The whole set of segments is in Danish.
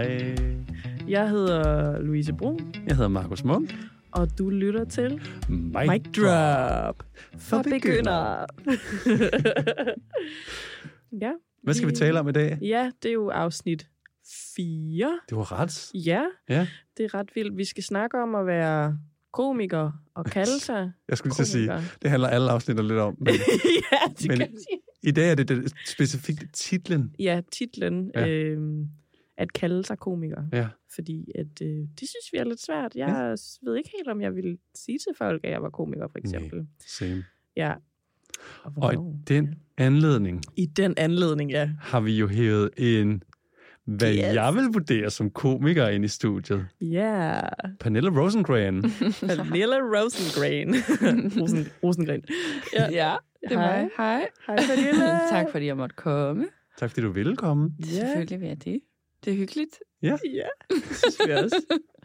Hej. Jeg hedder Louise Brun. Jeg hedder Markus Munk. Og du lytter til Mic Drop for begyndere. Ja. Hvad skal vi tale om i dag? Ja, det er jo afsnit 4. Det var ret. Ja, Ja. det er ret vildt. Vi skal snakke om at være komiker og kalde sig Jeg skulle lige sige, komiker. det handler alle afsnitter lidt om. Men, Ja, det men kan man sige. i dag er det specifikt titlen. Ja, titlen. Ja. At kalde sig komiker. Ja. Fordi at, det synes vi er lidt svært. Jeg ved ikke helt, om jeg ville sige til folk, at jeg var komiker, for eksempel. Same. Ja. Og i den anledning I den anledning, ja. har vi jo hævet en, hvad Yes. jeg vil vurdere som komiker ind i studiet. Ja. Pernille Rosengren. Pernille Rosengren. Rosengren. Ja, det er mig. Hej. Hej, Pernille. Tak fordi jeg måtte komme. Tak fordi du ville komme. Ja. Selvfølgelig vil jeg det. Det er hyggeligt. Ja, det synes vi også.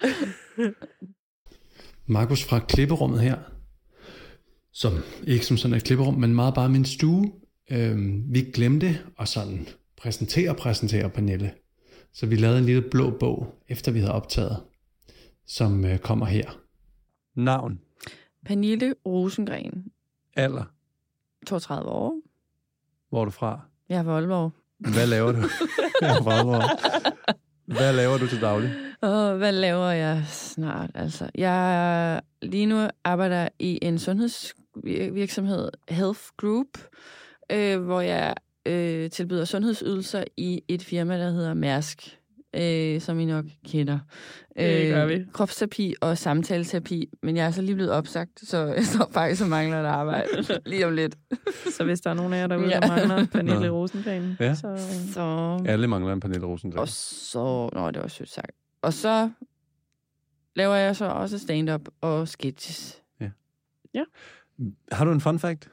Markus fra klipperummet her, som ikke som sådan et klipperum, men meget bare min stue. Vi glemte at sådan præsentere Pernille. Så vi lavede en lille blå bog, efter vi havde optaget, som kommer her. Navn. Pernille Rosengren. Alder. 32 år. Hvor er du fra? Jeg er fra Aalborg. Hvad laver du? Jeg er fra Aalborg. Hvad laver du til daglig? Og hvad laver jeg snart? Altså, jeg lige nu arbejder i en sundhedsvirksomhed, Health Group, hvor jeg tilbyder sundhedsydelser i et firma, der hedder Mærsk, som I nok kender. Det gør vi. Kropsterapi og samtaleterapi, men jeg er så lige blevet opsagt, så jeg står faktisk og mangler et arbejde lige om lidt. Så hvis der er nogen af jer derude, Ja. der mangler Pernille Rosengren, Ja. så... Alle mangler en Pernille Rosengren. Og så... Nå, det var sødt sagt. Og så laver jeg så også stand-up og sketches. Har du en fun fact?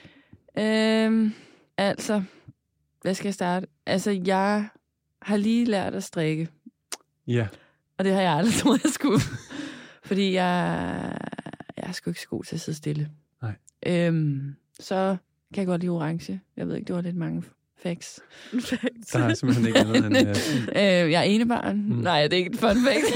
Altså, hvad skal jeg starte? Altså, jeg har lige lært at strikke. Ja. Og det har jeg aldrig troet, jeg skulle. Fordi jeg er sgu ikke så god til at sidde stille. Nej. Så kan jeg godt lide orange. Jeg ved ikke, det var lidt mange facts. Der er simpelthen ikke andet end... Jeg er enebarn. Nej, det er ikke et fun fact.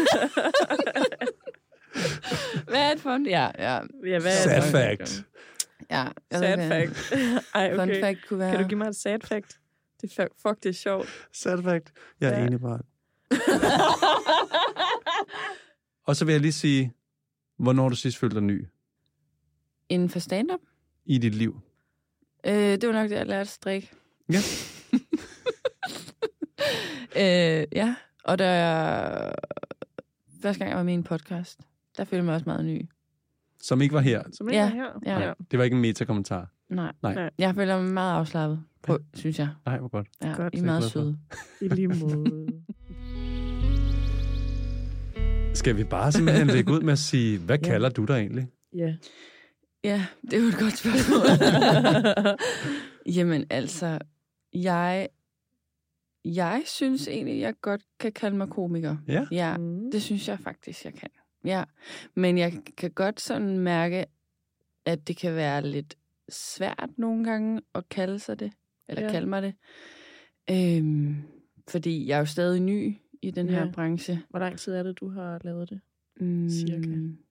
Hvad er et fun? Ja. Ja, hvad er Sad det? fact. Ja, jeg ved Sad ikke, hvad fact. Ej, Fun okay. fact kunne være... Kan du give mig et sad fact? Fuck, det er sjovt. Sad fact. Jeg er Ja. enig barn. Og så vil jeg lige sige, hvornår du sidst følte dig ny Inden for stand-up? i dit liv. Det var nok det, jeg lærte at strikke. Ja. Ja, og da jeg... Første gang jeg var med i en podcast, der følte jeg mig også meget ny. Som ikke var her. Som ikke Ja, er her. ja. Det var ikke en metakommentar. Nej. Nej. Jeg føler mig meget afslappet, synes jeg. Nej, hvor godt. Ja, Godt. I er Det er meget jeg glad for. søde. I lige måde. Skal vi bare simpelthen lægge ud med at sige, hvad kalder du dig egentlig? Ja. Ja, det er jo et godt spørgsmål. Jamen altså, jeg synes egentlig, jeg godt kan kalde mig komiker. Ja. Ja, det synes jeg faktisk, jeg kan. Ja, men jeg kan godt sådan mærke, at det kan være lidt svært nogle gange at kalde sig det, eller kalde mig det. Fordi jeg er jo stadig ny i den her branche. Hvor lang tid er det, du har lavet det? Cirka?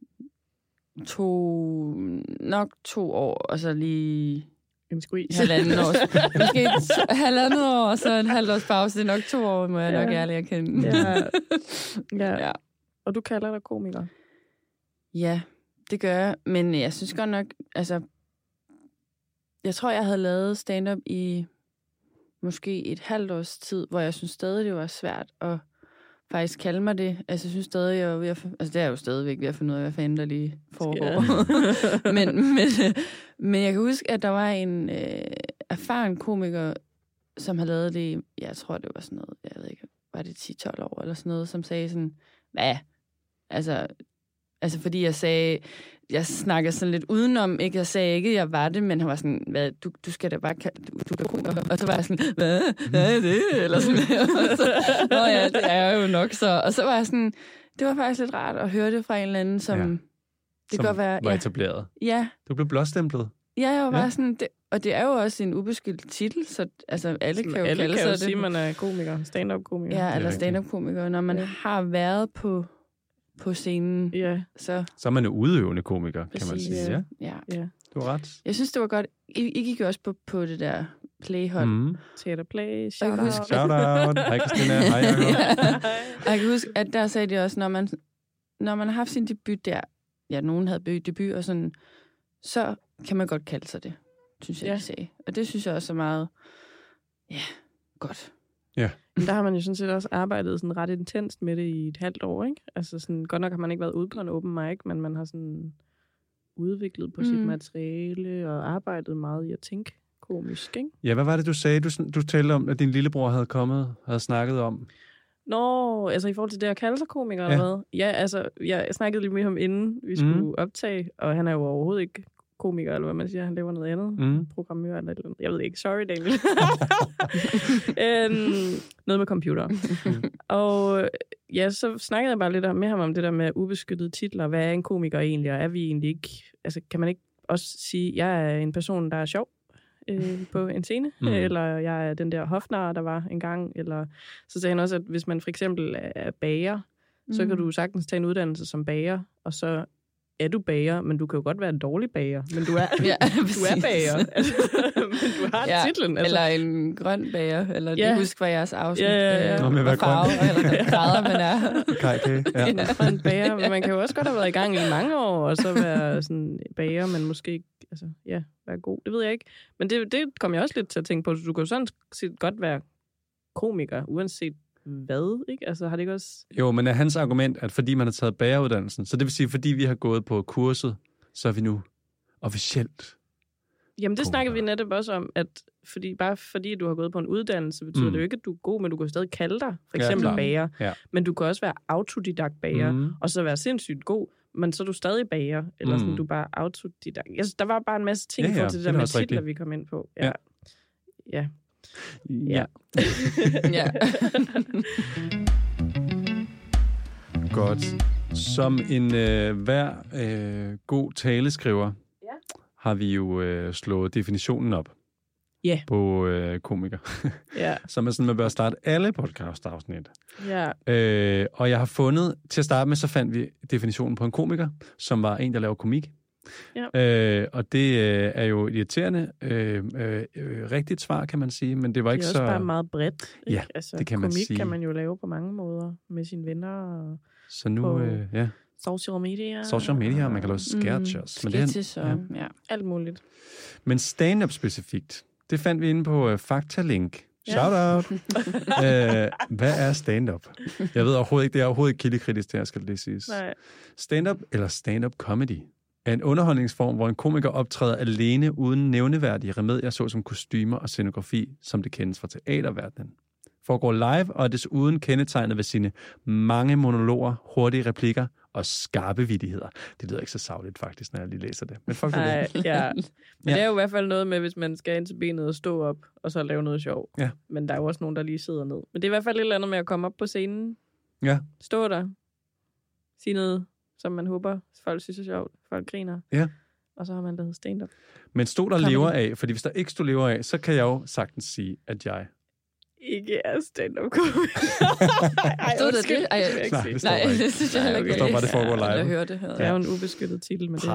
Nok 2 år, og så lige En squeeze. halvandet år. Måske 1,5 år, og så en halvt års pause. Det er nok 2 år, må jeg nok ærligt erkende. Ja. Og du kalder dig komiker? Ja, det gør jeg. Men jeg synes godt nok, altså... Jeg tror, jeg havde lavet stand-up i måske et halvt års tid, hvor jeg synes stadig, det var svært at faktisk kalde mig det. Altså, jeg synes stadig, jeg var ved at... Altså, det er jeg jo stadigvæk ved at finde ud af, hvad fanden der lige foregår. men jeg kan huske, at der var en erfaren komiker, som havde lavet det i, jeg tror, det var sådan noget, jeg ved ikke, var det 10-12 år eller sådan noget, som sagde sådan, hvad? Altså fordi jeg snakkede sådan lidt udenom, ikke? Jeg sagde ikke, jeg var det, men han var sådan, hvad, du skal da bare kalde, du er komiker. Og så var jeg sådan, hvad er det? Eller sådan. Nå ja, det er jo nok så. Og så var jeg sådan, det var faktisk lidt rart at høre det fra en eller anden, som... Det kan godt være, var etableret. Ja. Du blev blåstemplet. Ja, jeg var bare sådan... Og det er jo også en ubeskyttet titel, så altså, alle kan jo alle kalde kan sig jo det. sige, at man er komiker, stand-up-komiker. Ja, eller stand-up-komiker. Når man har været på scenen, så er man jo udøvende komiker, kan man sige. Ja. Du har ret. Jeg synes, det var godt. I gik jo også på det der playhold. Theater Play, shout out. Hej Christina, hej Jacob. Og jeg kan huske, at der sagde de også, når man har haft sin debut der, nogen havde debut og sådan, så kan man godt kalde sig det, synes jeg, de sagde. Og det synes jeg også er meget, godt. Ja. Der har man jo sådan set også arbejdet sådan ret intenst med det i et halvt år, ikke? Altså sådan, godt nok har man ikke været ude på en open mic, men man har sådan udviklet på sit materiale og arbejdet meget i at tænke komisk, ikke? Ja, hvad var det, du sagde? Du talte om, at din lillebror havde snakket om. Nå, altså i forhold til det at kalde sig komiker eller hvad? Ja, altså, jeg snakkede lige med ham inden vi skulle optage, og han er jo overhovedet ikke komiker, eller hvad man siger. Han laver noget andet. Programmør eller noget. Jeg ved ikke. Sorry, Daniel. Noget med computer. Og ja, så snakkede jeg bare lidt med ham om det der med ubeskyttede titler. Hvad er en komiker egentlig, og er vi egentlig ikke... Altså, kan man ikke også sige, at jeg er en person, der er sjov på en scene? Eller jeg er den der hofnar, der var engang? Eller så sagde han også, at hvis man for eksempel er bager, så kan du sagtens tage en uddannelse som bager, og så er du bager, men du kan jo godt være en dårlig bager, men du er, du er bager. Altså, men du har titlen. Altså. Eller en grøn bager, eller det husk fra jeres afsnit. Hvad farve, eller grader man er. Okay. En grøn bager, men man kan jo også godt have været i gang i mange år, og så være sådan bager, men måske ikke, altså, være god. Det ved jeg ikke. Men det kom jeg også lidt til at tænke på. Du kan jo sådan set godt være komiker, uanset hvad, ikke? Altså, har det ikke også... Jo, men er hans argument, at fordi man har taget bageruddannelsen, så det vil sige, fordi vi har gået på kurset, så er vi nu officielt Jamen, det snakker vi netop også om, at fordi du har gået på en uddannelse, betyder det jo ikke, at du er god, men du kan stadig kalde dig, for eksempel bager. Ja. Men du kan også være autodidakt bager, og så være sindssygt god, men så er du stadig bager, eller sådan, du er bare autodidakt. Jeg synes, der var bare en masse ting for til det der med titler, vi kom ind på. Ja. Godt. Som en god taleskriver, har vi jo slået definitionen op på komiker. Som er sådan, man bør starte alle podcast-afsnit. Og jeg har fundet, til at starte med, så fandt vi definitionen på en komiker, som var en, der laver komik. Og det er jo et irriterende rigtigt svar, kan man sige, men det var ikke så... Det er også bare meget bredt. Ikke? Ja, altså, det kan man sige. Komik kan man jo lave på mange måder med sine venner og så nu, på social media. Social media, man kan lave sketches. Sketches og alt muligt. Men stand-up specifikt, det fandt vi inde på Faktalink. Shout out! Hvad er stand-up? Jeg ved overhovedet ikke, det er overhovedet ikke kildekritisk, det her skal det siges. Nej. Stand-up eller stand-up comedy er en underholdningsform, hvor en komiker optræder alene uden nævneværdige remedier, såsom kostymer og scenografi, som det kendes fra teaterverdenen. Foregår live og er desuden kendetegnet ved sine mange monologer, hurtige replikker og skarpe vittigheder. Det lyder ikke så sagligt faktisk, når jeg lige læser det. Men Men det er jo i hvert fald noget med, hvis man skal ind til benet og stå op, og så lave noget sjov. Ja. Men der er jo også nogen, der lige sidder ned. Men det er i hvert fald et eller andet med at komme op på scenen. Ja. Stå der. Sige noget, som man håber, folk synes er sjovt. Folk griner. Ja. Og så har man lavet stand-up. Men stod der lever af, fordi hvis der ikke stod lever af, så kan jeg jo sagtens sige, at jeg ikke er stand-up-komiker. Stod der det? Nej, det synes jeg heller ikke. Det står bare, det foregår live. Jeg hørte det. Det er jo en ubeskyttet titel, men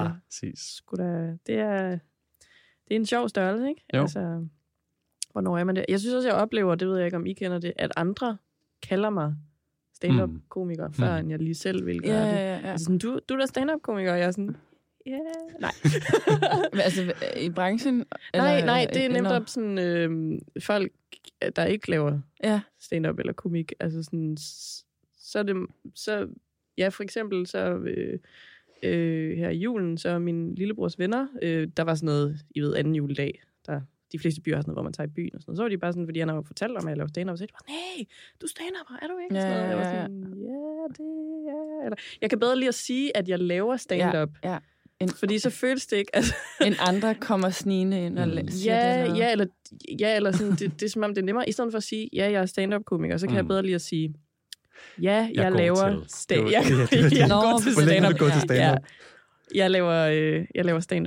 det er en sjov størrelse, ikke? Jo. Altså, hvornår er man det? Jeg synes også, jeg oplever, det ved jeg ikke, om I kender det, at andre kalder mig stand-up-komiker, før end jeg lige selv vil gøre det. Altså, sådan, du er da stand-up-komiker, og jeg er sådan... Nej. Altså, i branchen? Nej, det er nemt sådan folk, der ikke laver stand-up eller komik. Altså sådan, så er det... for eksempel, så her i julen, så min lillebrors venner, der var sådan noget, I ved, anden juledag, der de fleste byer har sådan noget, hvor man tager i byen og sådan noget. Så var de bare sådan, fordi han har fortalt om, at jeg laver stand-up, og så sagde de bare, nej, du er stand-up, er du ikke? Ja, sådan noget. Jeg var sådan, eller, jeg kan bedre lige at sige, at jeg laver stand-up. Ja. Fordi så føles det ikke... Altså, en andre kommer snigende ind og siger det. Eller sådan, det er som om, det er nemmere. I stedet for at sige, jeg er stand-up-komiker, så kan jeg bedre lige at sige, jeg laver stand-up. Jeg laver stand-up. Jeg laver stand-up.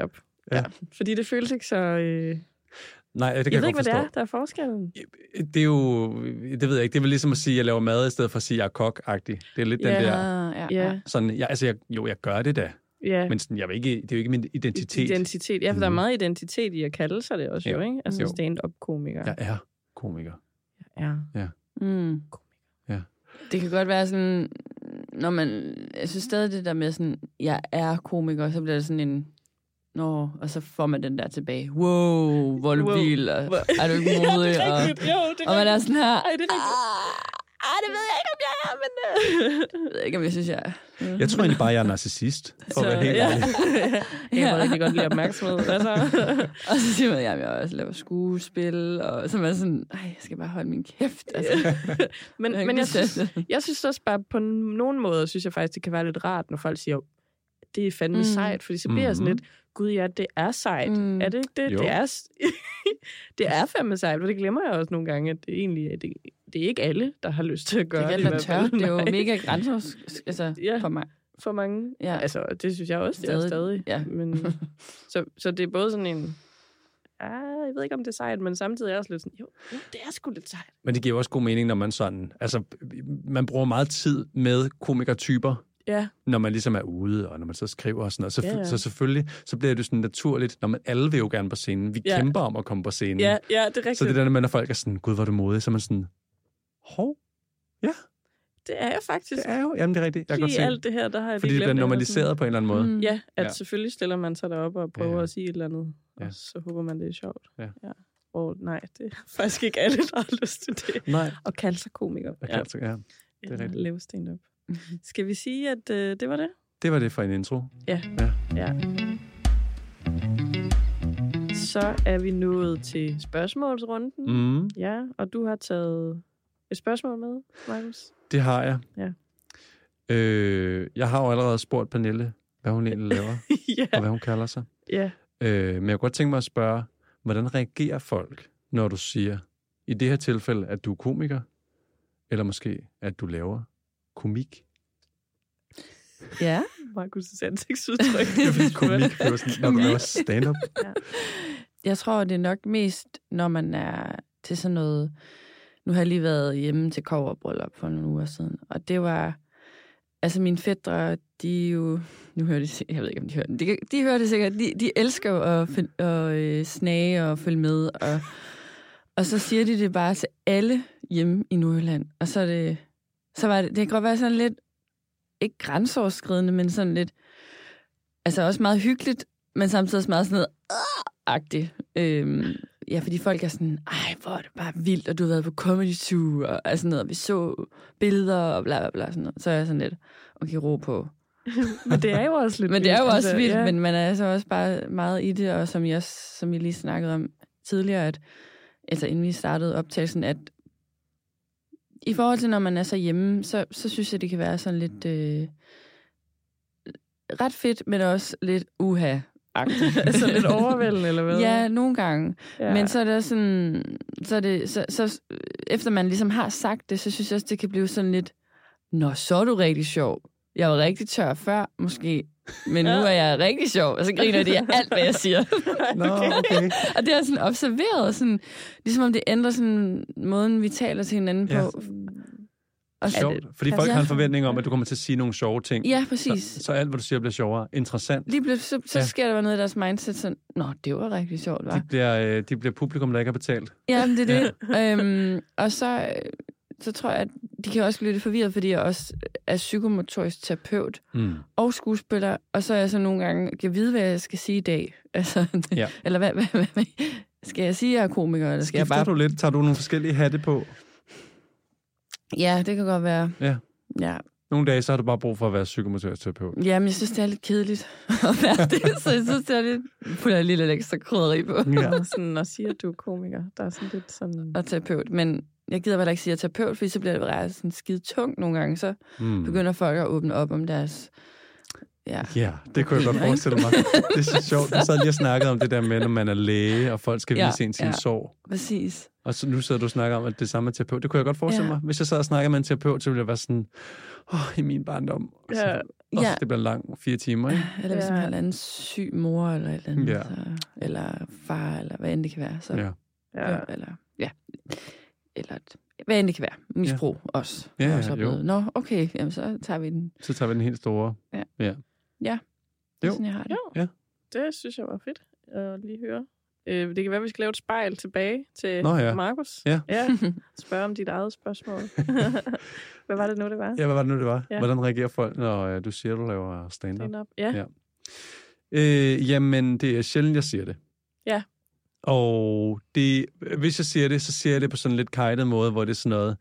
Ja. Fordi det føles ikke så... Nej, det kan jeg ved jeg ikke, godt hvad forstå. det er, der er forskellen. Det er jo... Det ved jeg ikke. Det er vel ligesom at sige, at jeg laver mad, i stedet for at sige, at jeg er kok-agtig. Det er lidt den der... Ja. Sådan, jeg gør det da. Ja. Men sådan, det er jo ikke min identitet. Identitet. Ja, for der er meget identitet i at kalde sig det også, jo, ikke? Altså Jo. stand-up-komiker. Jeg er komiker. Ja. Mm. Ja. Det kan godt være sådan, når man... Jeg synes stadig det der med sådan, jeg er komiker, så bliver det sådan en... og så får man den der tilbage. Wow, hvor er du vild, og er du ikke modig? Og man er sådan her... Ej, det er rigtigt. Det ved jeg ikke, om jeg er, men... jeg ved ikke, om jeg synes, jeg er. Jeg tror egentlig bare, jeg er narcissist, for at være helt ærlig. Jeg kan rigtig godt lide opmærksomhed. Og så siger man, at jeg også laver skuespil, og så er man sådan, jeg skal bare holde min kæft. Altså. men jeg synes også bare, på nogen måde, synes jeg faktisk, det kan være lidt rart, når folk siger, det er fandme sejt, fordi så bliver jeg sådan lidt, gud ja, det er sejt. Er det ikke det? Jo. Det er fandme sejt, for det glemmer jeg også nogle gange, at det egentlig er det er ikke alle, der har lyst til at gøre det. Det er jo mega grænseoverskridende for mig. For mange. Ja. Altså, det synes jeg også, det er stadig. Ja. Men, så det er både sådan en... jeg ved ikke, om det er sejt, men samtidig er også lidt sådan, jo, det er sgu lidt sejt. Men det giver også god mening, når man sådan... Altså, man bruger meget tid med komikertyper, når man ligesom er ude, og når man så skriver og sådan noget. Så selvfølgelig, så bliver det sådan naturligt, når man alle vil jo gerne på scenen. Vi kæmper om at komme på scenen. Ja, det er rigtigt. Så det der med, når folk er sådan, gud, hvor er du modig, så er man sådan, ja. Det er jeg faktisk. Det er jo, jamen det er rigtigt. Jeg kan godt se. alt det her, der har jeg fordi det bliver normaliseret på en eller anden måde. Ja, selvfølgelig stiller man sig derop og prøver at sige et eller andet, og så håber man, det er sjovt. Ja. Nej, det er faktisk ikke alle, der har lyst til det. Nej. Og kalde sig komiker. Det er rigtigt. Lave stand-up. Skal vi sige, at det var det? Det var det for en intro. Ja. Så er vi nået til spørgsmålsrunden. Ja, og du har taget et spørgsmål med, Markus? Det har jeg. Ja. Jeg har jo allerede spurgt Pernille, hvad hun egentlig laver, og hvad hun kalder sig. Ja. Men jeg kunne godt tænke mig at spørge, hvordan reagerer folk, når du siger, i det her tilfælde, at du er komiker, eller måske, at du laver komik? Ja. Markus' ansigtsudtryk. Komik, det var sådan, når du laver stand-up. Ja. Jeg tror, det er nok mest, når man er til sådan noget... Nu har jeg lige været hjemme til kobberbryllup for nogle uger siden, og det var... Altså, mine fætre, de jo... Nu hører de... Jeg ved ikke, om de hører det. De hører det sikkert. De elsker jo at snage og følge med, og så siger de det bare til alle hjemme i Nordjylland. Og så var det... Det kan godt være sådan lidt... Ikke grænseoverskridende, men sådan lidt... Altså, også meget hyggeligt, men samtidig også meget sådan noget... agtigt. Ja, fordi folk er sådan, hvor er det bare vildt, og du har været på Comedy Zoo, og sådan noget, og vi så billeder, og bla bla bla, sådan noget. Så er jeg sådan lidt, okay, ro på. Men det er jo også lidt vildt. Men det er jo også vildt, men man er altså også bare meget i det, og som I lige snakkede om tidligere, at, altså inden vi startede optagelsen, at i forhold til, når man er så hjemme, så synes jeg, det kan være sådan lidt ret fedt, men også lidt altså lidt overvældende, eller hvad? Ja, nogle gange. Ja. Men så er det sådan... Så efter man ligesom har sagt det, så synes jeg også, det kan blive sådan lidt... Nå, så er du rigtig sjov. Jeg var rigtig tør før, måske. Men nu er jeg rigtig sjov. Og så griner de af alt, hvad jeg siger. Okay. Og det er sådan observeret, sådan, ligesom om det ændrer sådan måden, vi taler til hinanden på. Sjovt, fordi folk har en forventning om, at du kommer til at sige nogle sjove ting. Ja, præcis. Så alt, hvad du siger, bliver sjovere. Interessant. Lige pludselig, så sker der noget i deres mindset, sådan, nå, det var rigtig sjovt, hva'? De bliver publikum, der ikke har betalt. Ja, men det er det. Og så tror jeg, at de kan også blive lidt forvirret, fordi jeg også er psykomotorisk terapeut og skuespiller, og så er jeg så nogle gange, kan vide, hvad jeg skal sige i dag. Altså, eller hvad skal jeg sige, at jeg er komiker? Eller skal jeg bare... du lidt? Tager du nogle forskellige hatte på? Ja, det kan godt være. Ja. Nogle dage, så har du bare brug for at være psykomotorisk terapeut. Jamen, jeg synes, det er lidt kedeligt at være det, så jeg synes, det er lidt... Putter jeg lige lidt ekstra krydderi på. Ja. Sådan, og siger, at du er komiker. Der er sådan lidt sådan... Og terapeut, men jeg gider vel ikke sige, at terapeut, fordi så bliver det bare sådan skide tungt nogle gange. Så begynder folk at åbne op om deres Ja, det kunne jeg godt forestille mig. Det er så sjovt. Jeg sad lige og snakkede om det der med, når man er læge, og folk skal vise en sin sorg. Præcis. Og så nu sidder du og snakker om, at det samme er terapeut. Det kunne jeg godt forestille mig. Hvis jeg sad og snakkede med en terapeut, så ville jeg være sådan, i min barndom. Det bliver langt 4 timer, ikke? Eller hvis man har en eller anden syg mor, eller et eller andet, eller far, eller hvad end det kan være. Så, eller hvad end det kan være. Misbrug også. Nå, okay, jamen, så tager vi den. Så tager vi den helt store. Ja. Det er sådan, jeg har det. Ja. Det synes jeg var fedt at lige høre. Det kan være, at vi skal lave et spejl tilbage til Markus. Ja. Spørg om dit eget spørgsmål. Hvad var det nu, det var? Ja, hvad var det nu, det var? Ja. Hvordan reagerer folk, når du siger, du laver stand-up? Ja. Jamen, det er sjældent, jeg siger det. Ja. Og hvis jeg siger det, så siger jeg det på sådan en lidt kajtet måde, hvor det er sådan noget,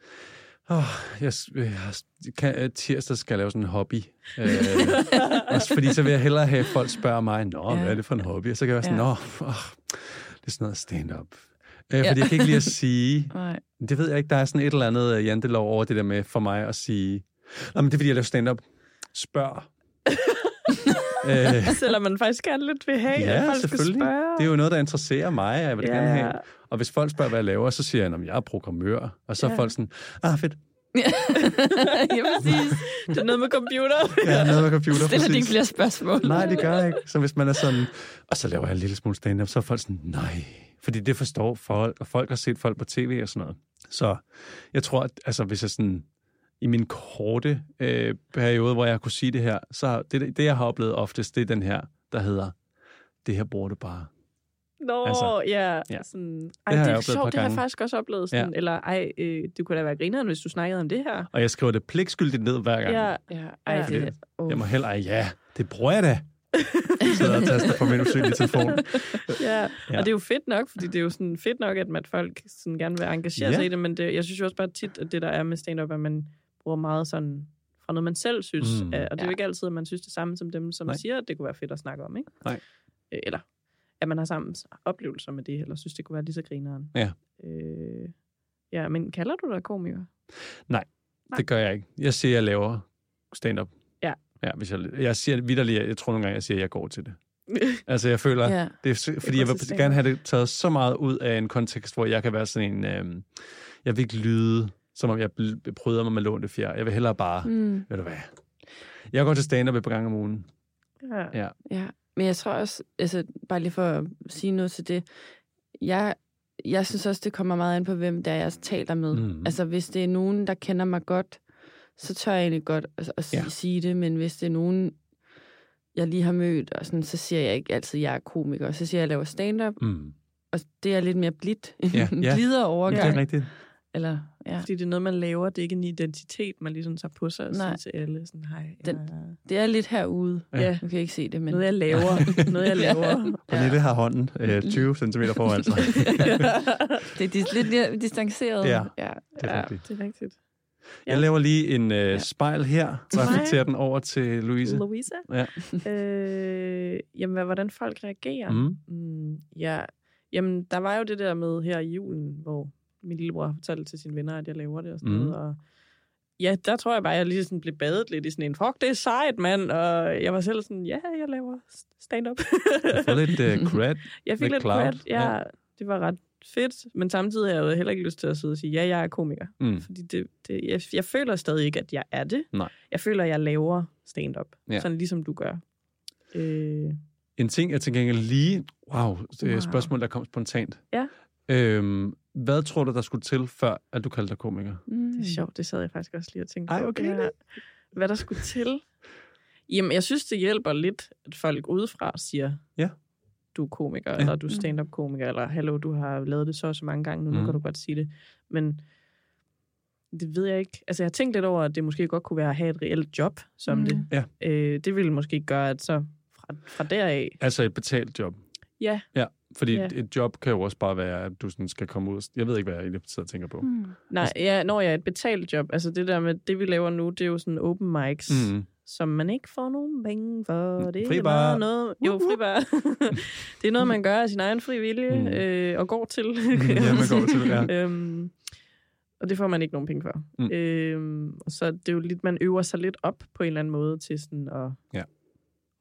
tirsdag skal jeg lave sådan en hobby. Også fordi så vil jeg hellere have, folk spørger mig, hvad er det for en hobby? Og så kan jeg være sådan, det er sådan noget stand-up. Fordi jeg kan ikke lide at sige, det ved jeg ikke, der er sådan et eller andet jantelov over det der med for mig at sige, men det er fordi, jeg laver stand-up. Spørg. Selvom man faktisk gerne lidt vil have, at folk skal spørge. Det er jo noget, der interesserer mig, og jeg vil gerne have. Og hvis folk spørger, hvad jeg laver, så siger jeg, at jeg er programmør. Og så er folk sådan, fedt. Ja, præcis. Det er noget med computer. Ja, noget med computer, stiller de ikke flere spørgsmål? Nej, det gør jeg ikke. Så hvis man er sådan, og så laver jeg en lille smule stand-up, så er folk sådan, nej. Fordi det forstår folk, og folk har set folk på tv og sådan noget. Så jeg tror, at hvis jeg sådan, i min korte periode, hvor jeg kunne sige det her, så det jeg har oplevet oftest, det er den her, der hedder, det her bruger du bare. Sådan, det er sjovt, det har jeg faktisk også oplevet. Sådan, eller, det kunne da være grineren, hvis du snakkede om det her. Og jeg skriver det pligtskyldigt ned hver gang. Jeg må heller, det bruger jeg da. Så der taster på min usynlige telefon. Og det er jo fedt nok, fordi det er jo sådan fedt nok, at folk sådan gerne vil engagere sig i det, men jeg synes jo også bare tit, at det der er med stand-up, at man bruger meget sådan fra noget, man selv synes. Og det er jo ikke altid, at man synes det samme som dem, som siger, at det kunne være fedt at snakke om, ikke? Nej. Eller at man har sammen oplevelser med det, eller synes, det kunne være lige så grineren. Men kalder du dig komiker? Nej, det gør jeg ikke. Jeg siger, jeg laver stand-up. Ja, hvis jeg siger vitterligt, jeg tror nogle gange, jeg siger, at jeg går til det. Altså, jeg føler, det er, fordi jeg vil gerne have det taget så meget ud af en kontekst, hvor jeg kan være sådan en, jeg vil ikke lyde, som om jeg bryder mig med lånte fjer. Jeg vil hellere bare, ved du hvad, jeg går til stand-up et par gange om ugen. Ja. Men jeg tror også, bare lige for at sige noget til det, jeg synes også, det kommer meget an på, hvem der jeg taler med. Altså, hvis det er nogen, der kender mig godt, så tør jeg egentlig godt at sige det, men hvis det er nogen, jeg lige har mødt, og sådan, så siger jeg ikke altid, at jeg er komiker. Så siger jeg, at jeg laver stand-up, og det er lidt mere blidt. En blidere overgang. Det er rigtigt. Eller, fordi det er noget, man laver, det er ikke en identitet, man ligesom tager på sig og siger til alle. Sådan, det er lidt herude. Ja. Du kan ikke se det, men... Noget, jeg laver. Pernille har hånden 20 cm foran sig. Det er lidt mere distanceret. Ja, det er rigtigt. Jeg laver lige en spejl her, og reflekterer den over til Louise. Jamen, hvordan folk reagerer? Jamen, der var jo det der med her i julen, hvor min lillebror fortalte til sine venner, at jeg laver det og sådan noget, og der tror jeg bare, at jeg lige sådan blev badet lidt i sådan en, fuck, det er sejt, mand, og jeg var selv sådan, jeg laver stand-up. Jeg får lidt cred. Jeg fik lidt cred, det var ret fedt, men samtidig har jeg jo heller ikke lyst til at sidde og sige, jeg er komiker. Fordi jeg føler stadig ikke, at jeg er det. Nej. Jeg føler, at jeg laver stand-up, sådan ligesom du gør. En ting, jeg tænker lige, det er et spørgsmål, der kom spontant. Ja. Hvad tror du, der skulle til, før at du kaldte dig komiker? Det er sjovt, det sad jeg faktisk også lige og tænkte på. Okay. Hvad der skulle til? Jamen, jeg synes, det hjælper lidt, at folk udefra siger, du er komiker, eller du er stand-up-komiker, eller hallo, du har lavet det så mange gange, nu kan du godt sige det. Men det ved jeg ikke. Altså, jeg har tænkt lidt over, at det måske godt kunne være at have et reelt job som det. Ja. Det ville måske gøre, at så fra deraf... Altså et betalt job? Ja. Ja, fordi et job kan jo også bare være, at du sådan skal komme ud. Jeg ved ikke, hvad jeg egentlig sidder og tænker på. Nej, når jeg er et betalt job, altså det der med det, vi laver nu, det er jo sådan open mics, som man ikke får nogen penge for. Det er bare noget... Jo, fribar. Det er noget, man gør af sin egen fri vilje og går til. Ja, man går til, ja. Og det får man ikke nogen penge for. Så det er jo lidt, man øver sig lidt op på en eller anden måde til sådan at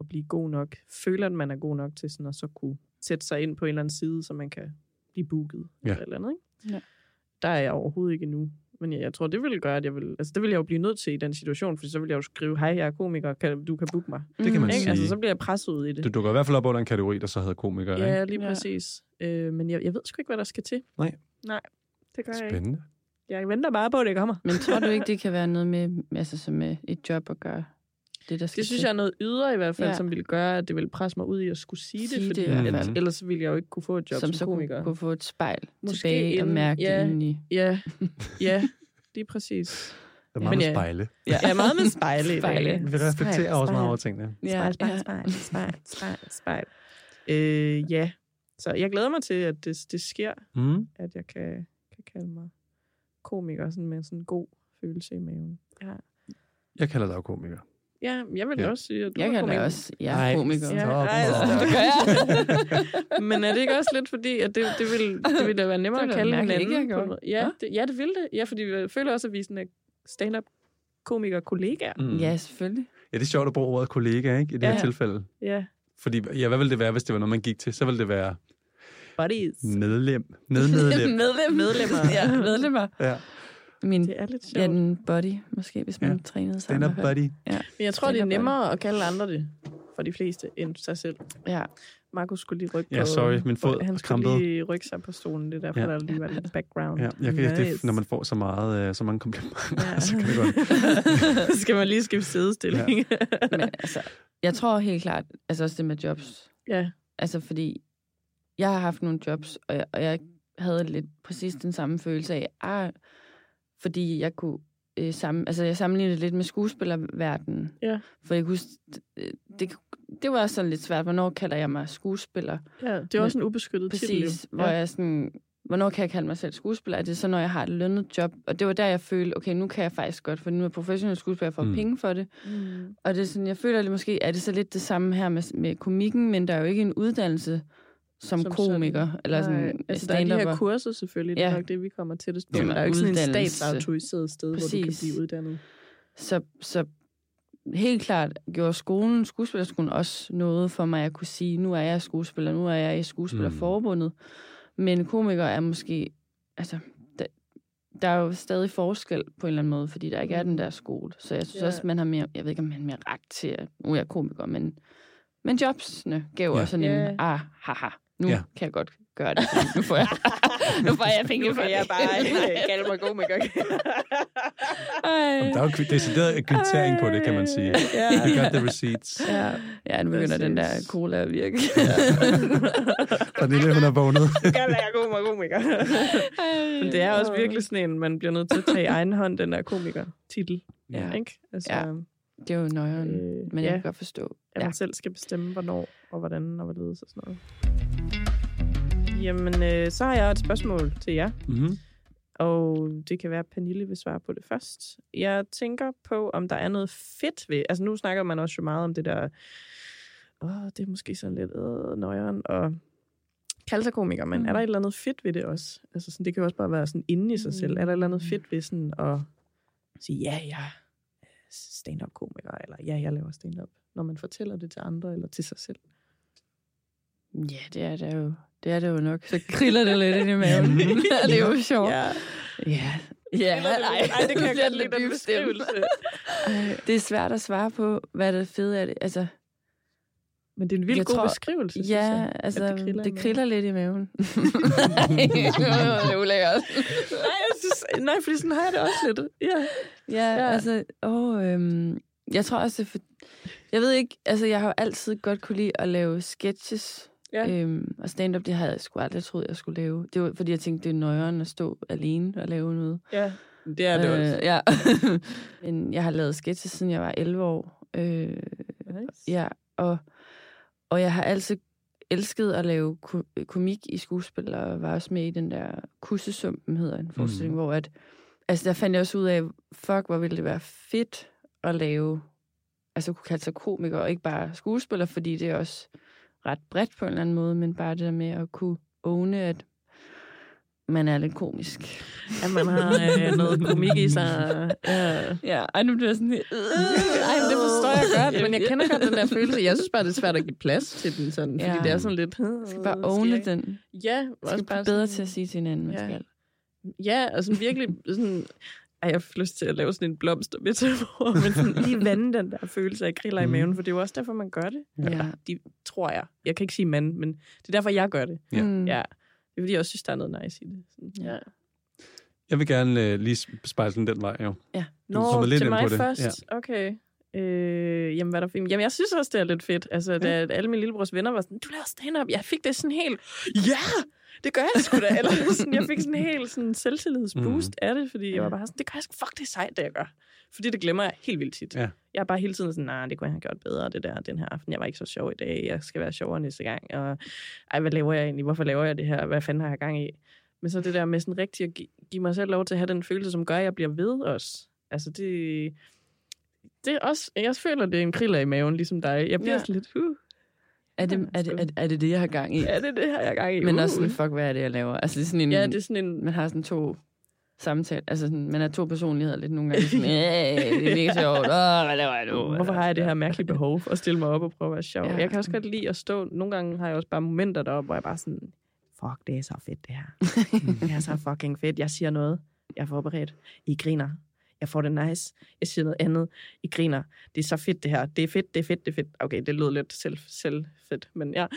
at blive god nok. Føler, at man er god nok til sådan at så kunne sætte sig ind på en eller anden side, så man kan blive booket. Eller andet, ikke? Ja. Der er jeg overhovedet ikke endnu. Men jeg tror, det ville gøre, at det ville jeg jo blive nødt til i den situation, for så ville jeg jo skrive, hej, jeg er komiker, du kan booke mig. Det kan man sige. Altså, så bliver jeg presset ud i det. Du dukker i hvert fald op under en kategori, der så hedder komiker, ikke? Ja, lige præcis. Men jeg ved sgu ikke, hvad der skal til. Nej, det gør jeg ikke. Spændende. Jeg venter bare på, at det kommer. Men tror du ikke, det kan være noget med, altså, som med et job at gøre? Det synes jeg er noget ydre i hvert fald, som ville gøre, at det ville presse mig ud i at skulle sige det, fordi ellers ville jeg jo ikke kunne få et job som komiker. Som kunne få et spejl tilbage og mærke det indeni. Ja, det er præcis. Det er meget med spejle. Ja, meget med spejle. Vi reflekterer også meget over tingene. Spejl. Ja, så jeg glæder mig til, at det sker, at jeg kan kalde mig komiker sådan med sådan en god følelse i maven. Ja. Jeg kalder dig komiker. Ja, jeg vil også sige, at du er komiker. Jeg kalder også, jeg er komiker. Det gør jeg. Men er det ikke også lidt fordi, at det vil da være nemmere at kalde hinanden? Ja, det vil det. Ja, fordi vi føler også, at vi er sådan stand-up komiker-kollegaer. Ja, selvfølgelig. Ja, det er sjovt at bruge ordet kollega, ikke? I det her tilfælde. Ja. Fordi, hvad ville det være, hvis det var noget, man gik til? Så ville det være... Buddies. Medlemmer. Ja, medlemmer. Ja. Det er lidt sjovt. Ja, den body, måske, hvis man trænede sammen. Stand-up buddy. Ja. Men jeg tror, det er nemmere at kalde andre det, for de fleste, end sig selv. Ja. Markus skulle lige rykke på... Ja, min fod han skulle lige rykke sig på stolen. Det er derfor, der lige var lidt background. Ja, det, når man får så mange komplimenter, så kan det godt. Skal man lige skifte sædestilling. Ja. Men altså, jeg tror helt klart, altså også det med jobs. Ja. Altså, fordi jeg har haft nogle jobs, og jeg havde lidt præcis den samme følelse af, fordi jeg kunne jeg sammenlignede lidt med skuespillerverdenen. Ja. For jeg kunne det var også sådan lidt svært, hvornår kalder jeg mig skuespiller? Ja, det er også en ubeskyttet titel. Præcis, hvor jeg sådan, hvornår kan jeg kalde mig selv skuespiller? Er det så, når jeg har et lønnet job? Og det var der, jeg følte, okay, nu kan jeg faktisk godt, for nu er jeg professionel skuespiller, jeg får penge for det. Og det er sådan, jeg føler, at måske er det så lidt det samme her med komikken, men der er jo ikke en uddannelse som komiker. Sådan. Eller sådan, altså, der er de her kurser selvfølgelig, det er nok det, vi kommer tættest på. Men der er jo ikke sådan en statsautoriseret sted, hvor du kan blive uddannet. Så helt klart gjorde skuespillerskolen også noget for mig, at kunne sige, nu er jeg skuespiller, nu er jeg i skuespillerforbundet. Men komiker er måske, altså, der er jo stadig forskel på en eller anden måde, fordi der ikke er den der skole. Så jeg synes også, man har mere, jeg ved ikke, om man har mere ret til, at nu er jeg komiker, men jobsene gav også sådan en, nu kan jeg godt gøre det. Nu får jeg penge for det. Jeg bare kalde mig komiker. Der er jo decideret kvittering på det, kan man sige. I got the receipts. Ja, nu begynder den der cola at virke. Pernille, hun er vågnet. Kalder jeg komiker. Men det er også virkelig sådan en, man bliver nødt til at tage i egen hånd, den der komiker-titel. Ja. Ikke? Altså, ja. Det er jo nøjeren, men jeg kan godt forstå. At man selv skal bestemme, hvornår og hvordan og hvorledes og sådan noget. Jamen, så har jeg et spørgsmål til jer. Mm-hmm. Og det kan være, at Pernille vil svare på det først. Jeg tænker på, om der er noget fedt ved... Altså, nu snakker man også jo meget om det der... det er måske sådan lidt nøjeren og kalde sig komiker, men er der et eller andet fedt ved det også? Altså, sådan, det kan jo også bare være sådan inde i sig selv. Er der et eller andet fedt ved sådan at sige, ja, jeg er stand-up-komiker, eller ja, jeg laver stand-up, når man fortæller det til andre eller til sig selv? Ja, det er det jo. Det er det jo nok. Så kriller det lidt ind i maven. Det er jo sjovt. Ja, det kan jeg godt lide, den beskrivelse. Det er svært at svare på, hvad det fede er. Altså, men det er en vildt god beskrivelse, synes jeg. Altså, det kriller lidt i maven. Det er ulækkert. Nej, fordi sådan har jeg det også lidt. Ja, altså, jeg tror også, jeg ved ikke, altså, jeg har jo altid godt kunne lide at lave sketches. Ja. Og stand-up, det havde jeg sgu aldrig troet, jeg skulle lave. Det var, fordi jeg tænkte, det er nøjeren at stå alene og lave noget. Ja, det er det også. Ja. Men jeg har lavet sketches, siden jeg var 11 år. Nice. Ja, og jeg har altid elsket at lave komik i skuespil, og var også med i den der Kussesumpen, hedder en forestilling, hvor altså der fandt jeg også ud af, hvor ville det være fedt at lave, altså kunne kalde sig komiker, og ikke bare skuespiller, fordi det er også ret bredt på en eller anden måde, men bare det der med at kunne åbne, man er lidt komisk. At man har noget komik i sig. Ja, nu bliver jeg sådan helt... det forstår jeg godt, men jeg kender godt den der følelse. Jeg synes bare, det er svært at give plads til den, sådan, fordi det er sådan lidt... Skal bare owne den. Ja. Skal bare bedre til at sige til hinanden, man skal. Ja, og sådan virkelig... Sådan, jeg har lyst til at lave sådan en blomstermetafor, men sådan lige vande den der følelse af kriller i maven, for det er jo også derfor, man gør det. Ja. De tror jeg. Jeg kan ikke sige mand, men det er derfor, jeg gør det. Ja. Ja. Det er fordi, jeg også synes, der er noget nice i det. Sådan, ja. Jeg vil gerne lige spejle den vej, jo. Ja. Nå, til mig først. Ja. Okay. Jamen, hvad der fint? Jamen, jeg synes også, det er lidt fedt. Altså, da alle mine lillebrors venner var sådan, du laver stand-up. Jeg fik det sådan helt, det gør jeg sgu da. Eller sådan, jeg fik sådan en helt sådan selvtillidsboost af det, fordi jeg var bare sådan, det gør jeg sgu, fuck, det er sejt, det jeg gør. Fordi det glemmer jeg helt vildt tit. Ja. Jeg er bare hele tiden sådan, nej, det kunne jeg have gjort bedre, det der, den her aften. Jeg var ikke så sjov i dag, jeg skal være sjovere næste gang. Og hvad laver jeg egentlig? Hvorfor laver jeg det her? Hvad fanden har jeg gang i? Men så det der med sådan rigtig at give mig selv lov til at have den følelse, som gør, at jeg bliver ved også. Altså det er også, jeg føler, det er en kriller i maven, ligesom dig. Jeg bliver sådan lidt, Er det, jeg har gang i? Ja, det har jeg gang i. Men også sådan, fuck, hvad er det, jeg laver? Altså, det er sådan en, det er sådan en... Man har sådan 2 samtaler. Altså, sådan, man har 2 personligheder lidt nogle gange. Sådan, det er mega sjovt. Hvad laver jeg nu? Hvorfor har jeg det her mærkelige behov for at stille mig op og prøve at være sjov? Ja. Jeg kan også godt lide at stå... Nogle gange har jeg også bare momenter deroppe, hvor jeg bare sådan... Fuck, det er så fedt, det her. Det er så fucking fedt. Jeg siger noget. Jeg er forberedt. I griner. Jeg får det nice. Jeg siger noget andet. I griner. Det er så fedt, det her. Det er fedt, det er fedt, det er fedt. Okay, det lød lidt selvfedt, men ja.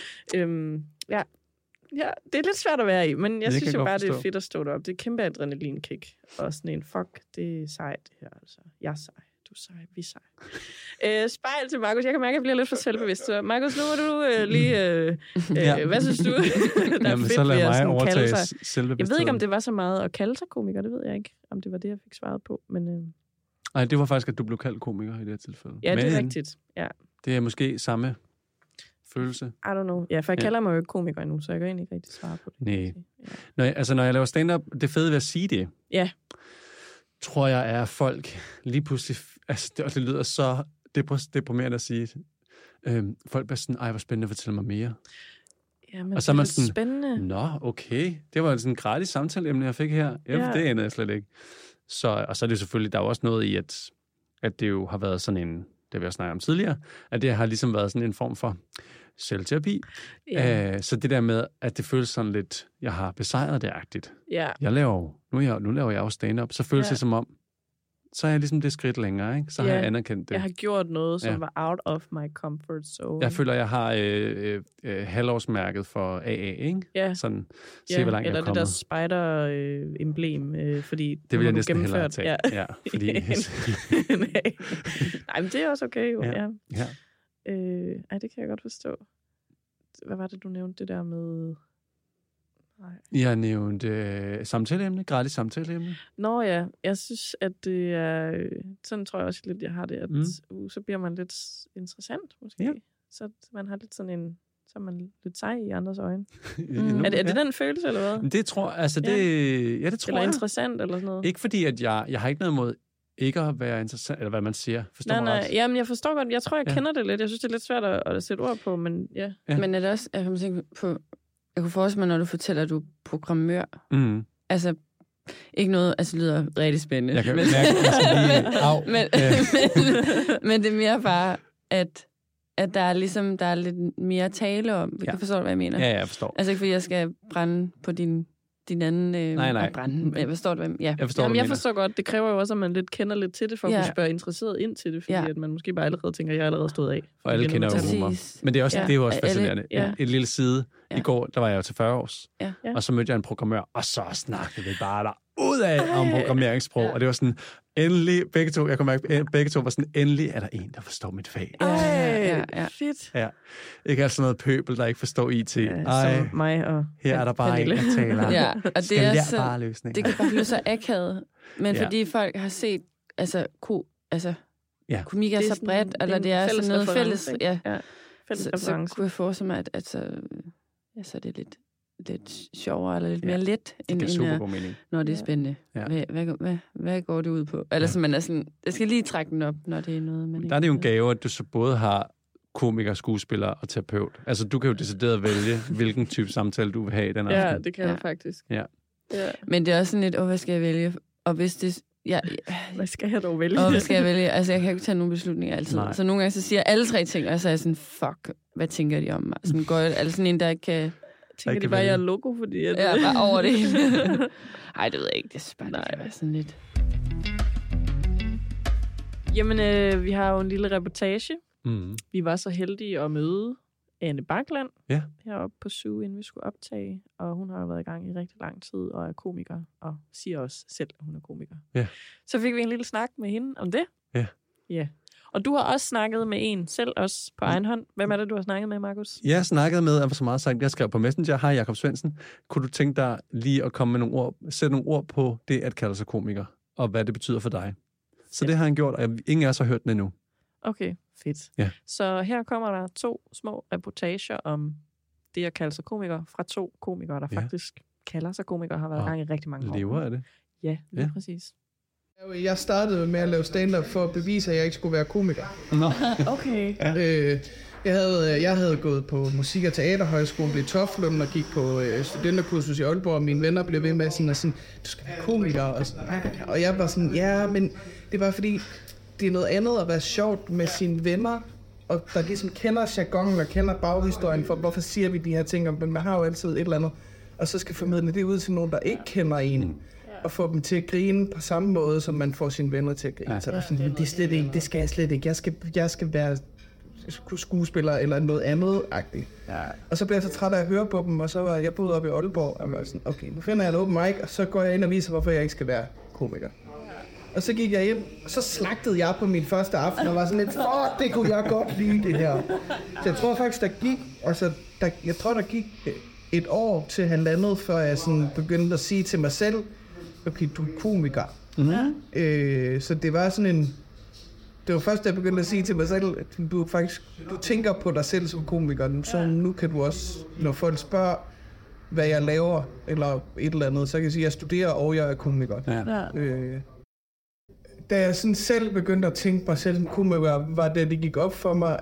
Ja, det er lidt svært at være i, men jeg synes jo bare, det er fedt at stå deroppe. Det er kæmpe adrenalinkick. Og sådan en, fuck, det er sejt, det her. Altså. Jeg er sej. Du er sej. Vi er sej. Spejl til Markus. Jeg kan mærke, at jeg bliver lidt for selvbevidst. Så Markus, nu må du lige... hvad synes du? Der er Jamen, fedt så lad mig overtage selvbevidstheden. Jeg ved ikke, om det var så meget at kalde sig komiker. Det ved jeg ikke, om det var det, jeg fik svaret på. Men, nej, det var faktisk, at du blev kaldt komiker i det her tilfælde. Ja, det er rigtigt. Ja. Det er måske samme følelse. I don't know. Ja, for jeg kalder mig jo ikke komiker endnu, så jeg kan egentlig ikke rigtig svare på det. Nej. Når jeg laver stand-up, det fede ved at sige det, tror jeg er folk lige pludselig... Altså, det lyder så deprimerende at sige. Folk bliver sådan, hvor spændende, fortæl mig mere. Ja, men og så er man sådan, spændende. Nå, okay. Det var sådan en gratis samtaleemne, jeg fik her. Ja. Det endte jeg slet ikke. Og så er det selvfølgelig, der er også noget i, at det jo har været sådan en... Det vi har snakket om tidligere, at det har ligesom været sådan en form for selvterapi. Yeah. Så det der med, at det føles sådan lidt, jeg har besejret det-agtigt. Yeah. Nu laver jeg jo stand-up, så føles det som om, så er jeg ligesom det skridt længere, ikke? Så har jeg anerkendt det. Jeg har gjort noget, som var out of my comfort zone. Jeg føler, jeg har halvårsmærket for AA, ikke? Ja. Sådan, se hvor langt jeg er kommet. Eller det der spider-emblem, fordi... Det vil jeg næsten hellere tage. Ja, fordi... Nej, men det er også okay, jo. Ja. Det kan jeg godt forstå. Hvad var det, du nævnte det der med... Nej. Jeg nævnte samtaleemne, gratis samtaleemne. Nå ja, jeg synes, at det er... Sådan tror jeg også lidt, jeg har det, at så bliver man lidt interessant, måske. Ja. Så man har lidt sådan en... Så er man lidt sej i andres øjne. Er det den følelse, eller hvad? Det tror jeg, altså det... Ja, det tror eller jeg. interessant, eller sådan noget? Ikke fordi, at jeg har ikke noget mod ikke at være interessant, eller hvad man siger. Forstår nej. Jamen, jeg forstår godt. Jeg tror, jeg kender det lidt. Jeg synes, det er lidt svært at sætte ord på, men ja. Men er det også... Jeg kunne forestille mig, når du fortæller, at du er programmør. Mm. Altså, ikke noget... Altså, det lyder rigtig spændende. Jeg kan mærke, men det er mere bare, at der er lidt mere tale om. Vi kan forstå, hvad jeg mener. Ja, jeg forstår. Altså, ikke fordi jeg skal brænde på din anden... Nej. Brænde. Jeg forstår, hvad jeg forstår, jamen, jeg forstår godt. Det kræver jo også, at man lidt kender lidt til det, for at kunne spørge interesseret ind til det, fordi at man måske bare allerede tænker, at jeg er allerede stået af. Og alle kender jo humor. Men det er jo også fascinerende. Et lille side. I går, der var jeg jo til 40 års. Og så mødte jeg en programmør, og så snakkede vi bare der ud af om programmeringssprog. Og det var sådan, endelig, begge to var sådan, endelig er der en, der forstår mit fag. Fedt. Ja. Ikke altså noget pøbel, der ikke forstår IT. Som mig og her er der bare en, der taler. Ja, og det er så, bare løsninger. det kan bare blive så akavet. Men fordi folk har set, komik er så bredt, eller det er sådan noget fælles. Så kunne jeg forestille mig, at så er det lidt sjovere, eller lidt mere let, end når det er spændende. Ja. Hvad går det ud på? Eller så man er sådan, jeg skal lige trække den op, når det er noget, man ikke... Der er det jo en gave, at du så både har komiker, skuespiller og terapeut. Altså, du kan jo decideret vælge, hvilken type samtale du vil have den aften. Ja, det kan jeg faktisk. Ja. Ja. Men det er også sådan lidt, hvad skal jeg vælge? Og hvis det... Hvad skal jeg dog vælge? Hvad skal jeg vælge? Altså, jeg kan jo ikke tage nogen beslutninger altid. Nej. Så nogle gange så siger jeg alle 3 ting, og så er jeg sådan, fuck, hvad tænker de om mig? Sådan går jeg, altså sådan en, der ikke kan... Tænker de bare, jeg er logo, fordi... Ja, bare over det. Ej, det ved jeg ikke. Det er bare sådan lidt... Jamen, vi har jo en lille reportage. Vi var så heldige at møde Anne Bakland heroppe på Zoo, inden vi skulle optage. Og hun har jo været i gang i rigtig lang tid og er komiker, og siger også selv, at hun er komiker. Ja. Så fik vi en lille snak med hende om det. Ja. Og du har også snakket med en selv, også på egen hånd. Hvem er det, du har snakket med, Markus? Jeg har snakket med, og så meget sagt, jeg skrev på Messenger, hej Jakob Svendsen. Kunne du tænke dig lige at komme med nogle ord, sætte nogle ord på det at kalde sig komiker, og hvad det betyder for dig? Så det har han gjort, og ingen af os har hørt den endnu. Okay, fedt. Ja. Så her kommer der 2 små reportager om det at kalde sig komiker, fra 2 komikere, der faktisk kalder sig komikere, har været i gang i rigtig mange år. Lever af det? Ja, lige præcis. Jeg startede med at lave stand-up for at bevise, at jeg ikke skulle være komiker. Okay. Jeg havde gået på musik- og teaterhøjskolen i Toflund og gik på studenterkursus i Aalborg, og mine venner blev ved med sådan, du skal være komiker. Og jeg var sådan, ja, men det var fordi, det er noget andet at være sjovt med sine venner, og der ligesom kender jargonen og kender baghistorien for, hvorfor siger vi de her ting, men man har jo altid et eller andet, og så skal formidle det ud til nogen, der ikke kender en, og få dem til at grine på samme måde, som man får sine venner til at grine. Så sådan, det er slet ikke, det skal jeg slet ikke. Jeg skal være skuespiller eller noget andet-agtigt. Ja. Og så blev jeg så træt af at høre på dem, og så var jeg boet oppe i Aalborg, og var sådan, okay, nu finder jeg en open mic, og så går jeg ind og viser, hvorfor jeg ikke skal være komiker. Og så gik jeg ind, og så slagtede jeg på min første aften, og var sådan lidt, fuck, det kunne jeg godt lide, det her. Så jeg tror faktisk, der gik et år til halvandet, før jeg sådan begyndte at sige til mig selv, okay, du er komiker. Mm-hmm. Så det var sådan en... Det var først, da jeg begyndte at sige til mig selv, at du tænker på dig selv som komiker, så nu kan du også, når folk spørger, hvad jeg laver, eller et eller andet, så kan jeg sige, at jeg studerer, og jeg er komiker. Ja. Da jeg sådan selv begyndte at tænke mig selv som komiker, var det gik op for mig,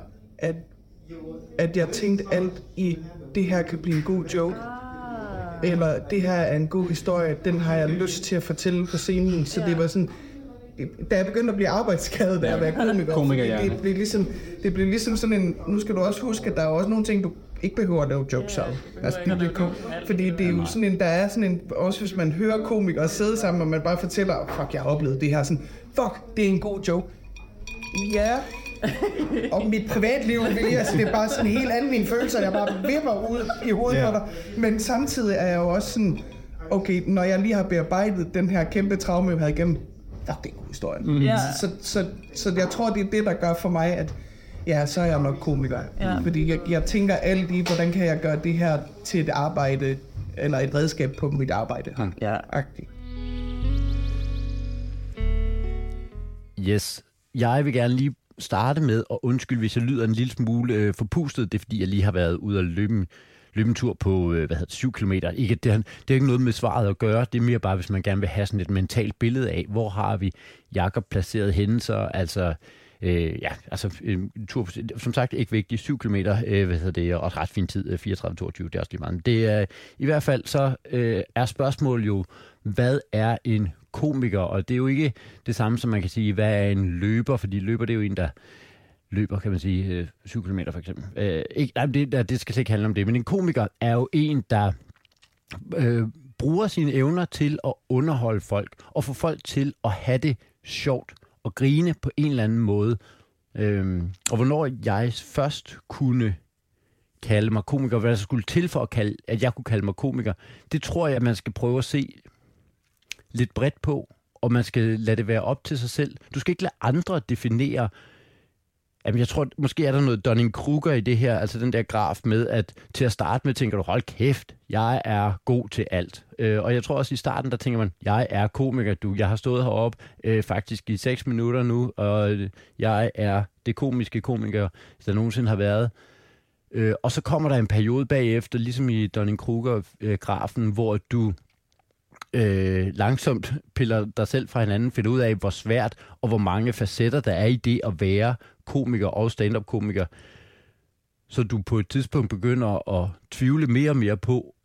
at jeg tænkte alt i, det her kan blive en god joke, eller det her er en god historie, den har jeg lyst til at fortælle på scenen, så det var sådan... Da jeg begyndte at blive arbejdsskadet, da jeg var komiker, det blev ligesom sådan en... Nu skal du også huske, at der er også nogle ting, du ikke behøver at lave jokes af. Altså, fordi det er jo sådan en... Der er sådan en... Også hvis man hører komikere sidde sammen, og man bare fortæller, fuck, jeg har oplevet det her. Sådan, fuck, det er en god joke. Ja. Og mit privatliv, altså, det er bare sådan helt anden mine følelser, jeg bare vipper ud i hovedet på dig. Men samtidig er jeg jo også sådan... Okay, når jeg lige har bearbejdet den her kæmpe traume, jeg havde igennem, det er en god historie. Mm. Yeah. Så jeg tror, det er det, der gør for mig, at ja, så er jeg nok komiker. Yeah. Fordi jeg tænker alt i, hvordan kan jeg gøre det her til et arbejde, eller et redskab på mit arbejde. Ja. Yes. Jeg vil gerne lige starte med at undskylde, hvis jeg lyder en lille smule forpustet. Det er, fordi jeg lige har været ude og løbe en tur på 7 kilometer. Det er ikke noget med svaret at gøre. Det er mere bare, hvis man gerne vil have sådan et mentalt billede af, hvor har vi Jakob placeret henne. Så altså, en tur, som sagt ikke vigtigt, 7 kilometer, og ret fin tid, 34-22, det er også lige meget. Det er, i hvert fald så er spørgsmålet jo, hvad er en komiker? Og det er jo ikke det samme, som man kan sige, hvad er en løber? Fordi løber, det er jo en, der løber, kan man sige, 7 km for eksempel. Det skal ikke handle om det, men en komiker er jo en, der bruger sine evner til at underholde folk, og få folk til at have det sjovt, og grine på en eller anden måde. Og hvornår jeg først kunne kalde mig komiker, hvad der skulle til for at jeg kunne kalde mig komiker, det tror jeg, at man skal prøve at se lidt bredt på, og man skal lade det være op til sig selv. Du skal ikke lade andre definere. Jamen, jeg tror, måske er der noget Dunning-Kruger i det her, altså den der graf med, at til at starte med tænker du, hold kæft, jeg er god til alt. Og jeg tror også i starten, der tænker man, jeg er komiker, jeg har stået heroppe faktisk i 6 minutter nu, og jeg er det komiske komiker, der nogensinde har været. Og så kommer der en periode bagefter, ligesom i Dunning-Kruger-grafen, hvor du langsomt piller dig selv fra hinanden, finder ud af, hvor svært og hvor mange facetter der er i det at være komiker og stand-up-komiker. Så du på et tidspunkt begynder at tvivle mere og mere på,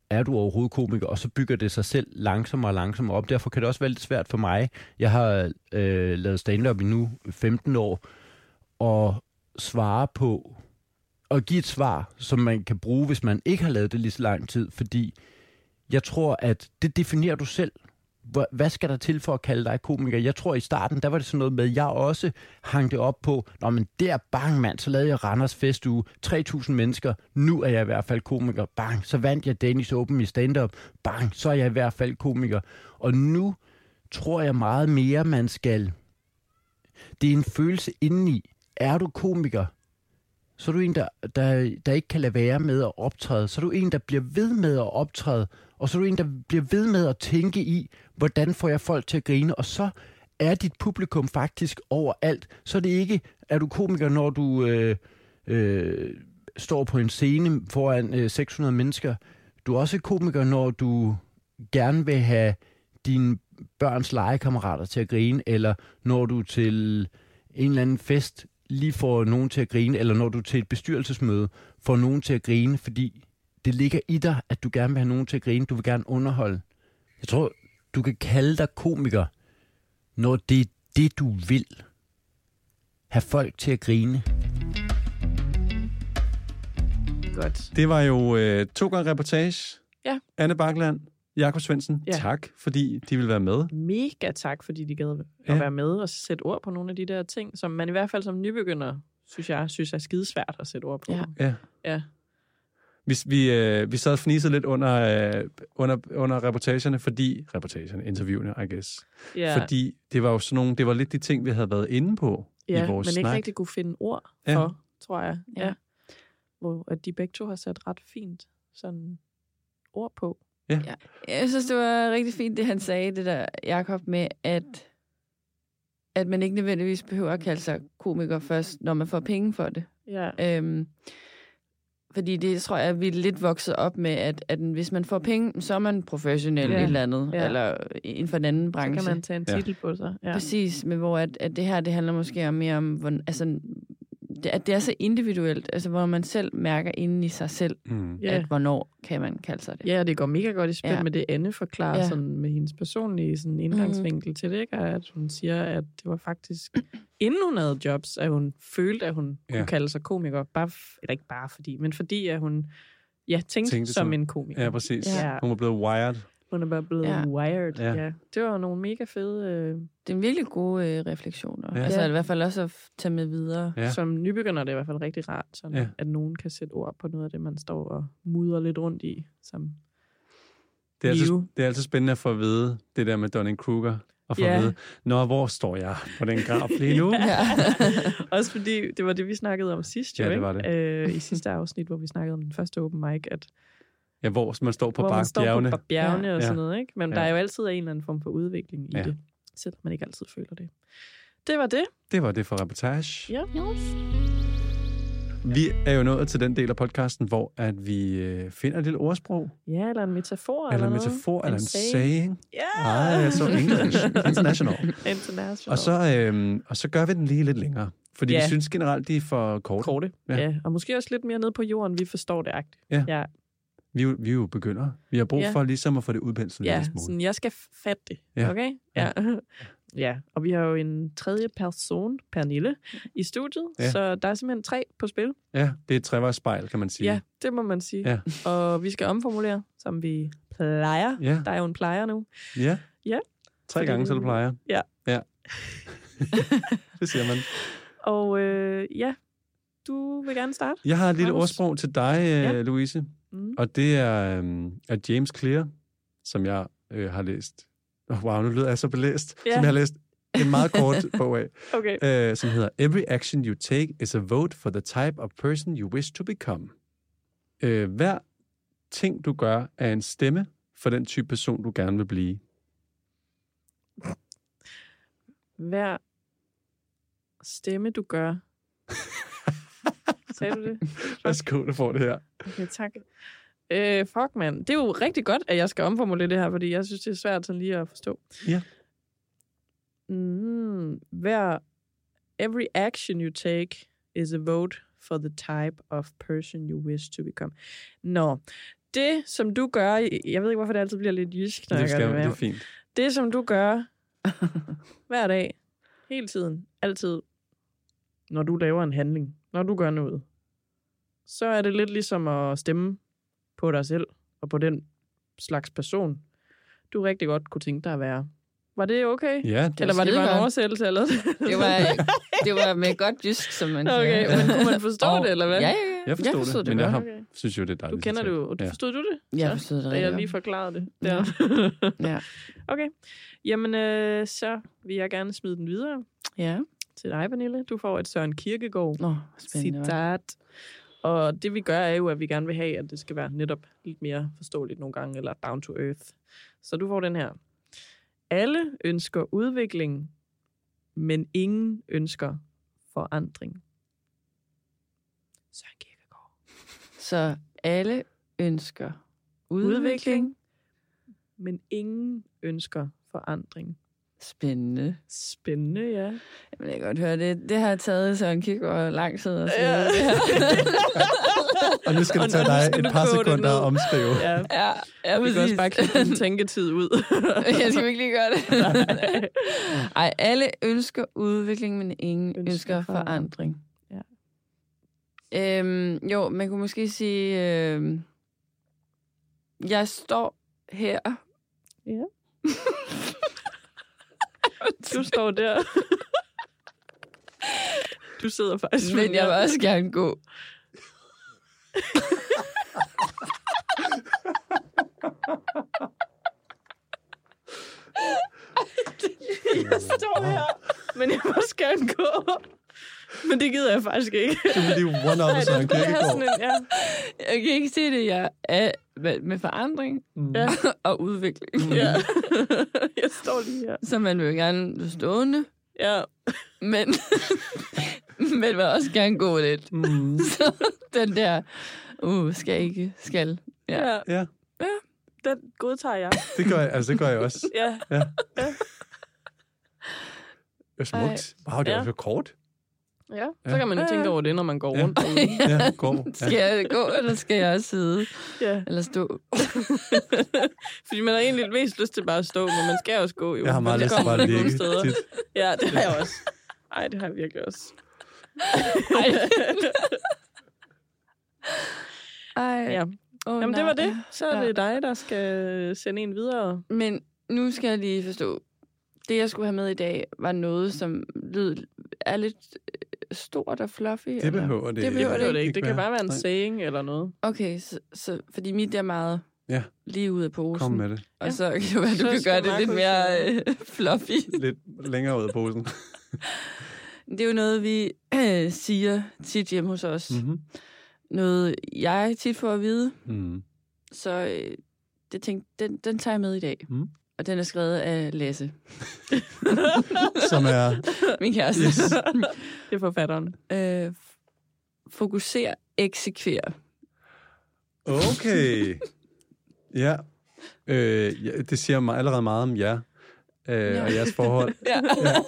er du overhovedet komiker, og så bygger det sig selv langsommere og langsommere op. Derfor kan det også være lidt svært for mig. Jeg har lavet stand-up i nu 15 år, og svare på, og give et svar, som man kan bruge, hvis man ikke har lavet det lige så lang tid, fordi jeg tror, at det definerer du selv. Hvad skal der til for at kalde dig komiker? Jeg tror, i starten, der var det sådan noget med, at jeg også hang det op på, nå, men der, bang, mand, så lavede jeg Randers Festuge, 3.000 mennesker, nu er jeg i hvert fald komiker, bang, så vandt jeg Danish Open i stand-up, bang, så er jeg i hvert fald komiker. Og nu tror jeg meget mere, man skal... Det er en følelse indeni. Er du komiker, så er du en, der ikke kan lade være med at optræde. Så er du en, der bliver ved med at optræde. Og så er du en, der bliver ved med at tænke i, hvordan får jeg folk til at grine. Og så er dit publikum faktisk overalt. Så er det ikke, er du komiker, når du står på en scene foran 600 mennesker. Du er også komiker, når du gerne vil have dine børns legekammerater til at grine, eller når du til en eller anden fest lige får nogen til at grine, eller når du til et bestyrelsesmøde får nogen til at grine, fordi det ligger i dig, at du gerne vil have nogen til at grine. Du vil gerne underholde. Jeg tror, du kan kalde dig komiker, når det er det, du vil. Have folk til at grine. Godt. Det var jo 2 gange reportage. Ja. Anne Bakland, Jakob Svendsen, Ja. tak, fordi de vil være med. Mega tak, fordi de gad at være med og sætte ord på nogle af de der ting, som man i hvert fald som nybegynder, synes er skidesvært at sætte ord på. Ja. Vi sad og fnisede lidt under reportagerne, interviewene, I guess. Ja. Fordi det var jo sådan nogle, det var lidt de ting, vi havde været inde på i vores men snak. ikke rigtig kunne finde ord for, tror jeg. Ja. Hvor at de begge to har sat ret fint sådan ord på. Ja. Jeg synes, det var rigtig fint, det han sagde, det der Jakob med, at man ikke nødvendigvis behøver at kalde sig komiker først, når man får penge for det. Ja. Fordi det tror jeg, vi er lidt vokset op med, at hvis man får penge, så er man professionel et eller andet, eller inden for en anden branche. Så kan man tage en titel på sig. Ja. Præcis, men hvor at det her, det handler måske mere om, at det er så individuelt, altså hvor man selv mærker inden i sig selv, at hvornår kan man kalde sig det. Ja, det går mega godt i spil med det Anne forklarer sådan, med hendes personlige sådan, indgangsvinkel til det, ikke? At hun siger, at det var faktisk, inden hun havde jobs, at hun følte, at hun kunne kalde sig komiker, eller ikke bare fordi, men fordi at hun tænkte som en komiker. Ja, præcis. Ja. Hun var blevet wired. Hun er bare blevet wired, ja. Det var nogle mega fede... Det er en virkelig gode refleksioner. Ja. Altså i hvert fald også at tage med videre. Ja. Som nybegynder er det i hvert fald rigtig rart, sådan, at nogen kan sætte ord på noget af det, man står og mudrer lidt rundt i. Som det er altid spændende at få at vide, det der med Dunning-Kruger. Og få at vide, hvor står jeg på den graf lige nu? Også fordi, det var det, vi snakkede om sidst, jo, det var det. I sidste afsnit, hvor vi snakkede om den første open mic, at ja, hvor man står på bjergene og sådan noget, ikke? Men der er jo altid en eller anden form for udvikling i det, selvom man ikke altid føler det. Det var det. Det var det for reportage. Ja. Vi er jo nået til den del af podcasten, hvor at vi finder et lille ordsprog. Ja, eller en metafor. Eller en metafor, eller en saying. Ja. Så English. International. Og så gør vi den lige lidt længere. Fordi vi synes generelt, de er for korte. Ja, og måske også lidt mere ned på jorden, vi forstår det agtigt. Ja. Vi er jo begyndere. Vi har brug for ligesom at få det udpenslet lidt smule. Sådan, jeg skal fatte det. Okay? Ja. Ja, og vi har jo en tredje person, Pernille, i studiet, så der er simpelthen 3 på spil. Ja, det er et trevejsspejl, kan man sige. Ja, det må man sige. Ja. Og vi skal omformulere, som vi plejer. Ja. Der er jo en plejer nu. Ja. 3 gange, så du plejer. Ja. Det siger man. Og du vil gerne starte? Jeg har et lille ordsprog til dig, Louise. Og det er af James Clear, som jeg har læst. Wow, nu lyder jeg så belæst. Som jeg har læst en meget kort bog af. Okay. Som hedder Every action you take is a vote for the type of person you wish to become. Hver ting, du gør, er en stemme for den type person, du gerne vil blive. Hver stemme, du gør. Sagde du det? Værsgo, du får det her. Okay, tak. Fuck, man. Det er jo rigtig godt, at jeg skal omformulere det her, fordi jeg synes, det er svært sådan lige at forstå. Ja. Every action you take is a vote for the type of person you wish to become. Det, som du gør... Jeg ved ikke, hvorfor det altid bliver lidt jysk, når Det jeg gør er fint. Det, som du gør hver dag, hele tiden, altid, når du laver en handling, når du gør noget, så er det lidt ligesom at stemme på dig selv og på den slags person, du rigtig godt kunne tænke dig at være. Var det okay? Ja. Eller var det bare en oversættelse? Eller? Det var med godt jysk, som man siger. Okay, men kunne man forstå det, eller hvad? Ja. Jeg forstod det, men jeg synes jo, det er dejligt. Du kender det jo. Forstod du det? Jeg forstod det da rigtig jeg godt. lige forklarede det. Der. Ja. Okay. Jamen, så vil jeg gerne smide den videre Ja. til dig, Pernille. Du får et Søren Kierkegaard Spændende. citat. Og det vi gør er jo, at vi gerne vil have, at det skal være netop lidt mere forståeligt nogle gange, eller down to earth. Så du får den her. Alle ønsker udvikling, men ingen ønsker forandring. Søren Kierkegaard. Så alle ønsker udvikling. Men ingen ønsker forandring. Spændende. Spændende, ja. Jamen, jeg kan godt høre det. Det har taget Søren Kierkegaard lang tid at skrive. Ja. Og nu skal det tage dig et par sekunder at omskrive. Ja, vi kan også bare klippe den tænketid ud. Jeg skal ikke lige gøre det. Ej, alle ønsker udvikling, men ingen ønsker forandring. Ja. Jo, man kunne måske sige, jeg står her. Ja. Du står der. Du sidder faktisk. Men jeg vil også gerne gå. Jeg står her, men jeg må også gerne gå. Men det gider jeg faktisk ikke. Du vil lige one-up Søren Kierkegaard. Jeg kan ikke se det, jeg er med forandring og udvikling. Ja. Jeg står lige her. Så man vil jo gerne blive stående. Ja. Men vil også gerne gå lidt. Så den der, skal. Ja. Den godtager jeg. Det gør jeg også. Ja. Det er smukt. Wow, det var så kort. Ja, så kan man jo tænke over det, når man går rundt. Ja, gå. Skal jeg gå, eller skal jeg også sidde? Ja. Eller stå? Fordi man har egentlig mest lyst til bare at stå, men man skal også gå. Jo. Jeg har meget lyst til bare at ligge tit. Ja, det har jeg også. Ej, det har jeg virkelig også. Ej. Ja. Jamen, det var det. Så er det dig, der skal sende en videre. Men nu skal jeg lige forstå. Det, jeg skulle have med i dag, var noget, som er lidt stort og fluffy. Det behøver det, det behøver det ikke. Det kan bare være en saying eller noget. Okay, så fordi mit er meget lige ud af posen. Kom med det. Og så kan det være, du kan gøre det lidt mere fluffy. Lidt længere ud af posen. Det er jo noget, vi siger tit hjemme hos os. Mm-hmm. Noget, jeg tit får at vide. Mm. Så den tager jeg med i dag. Mm. Og den er skrevet af Lasse. Som er... Min kæreste. Yes. Det er forfatteren. Fokuser, eksekver. Okay. Ja. Det siger mig allerede meget om jer. Og jeres forhold. Ja.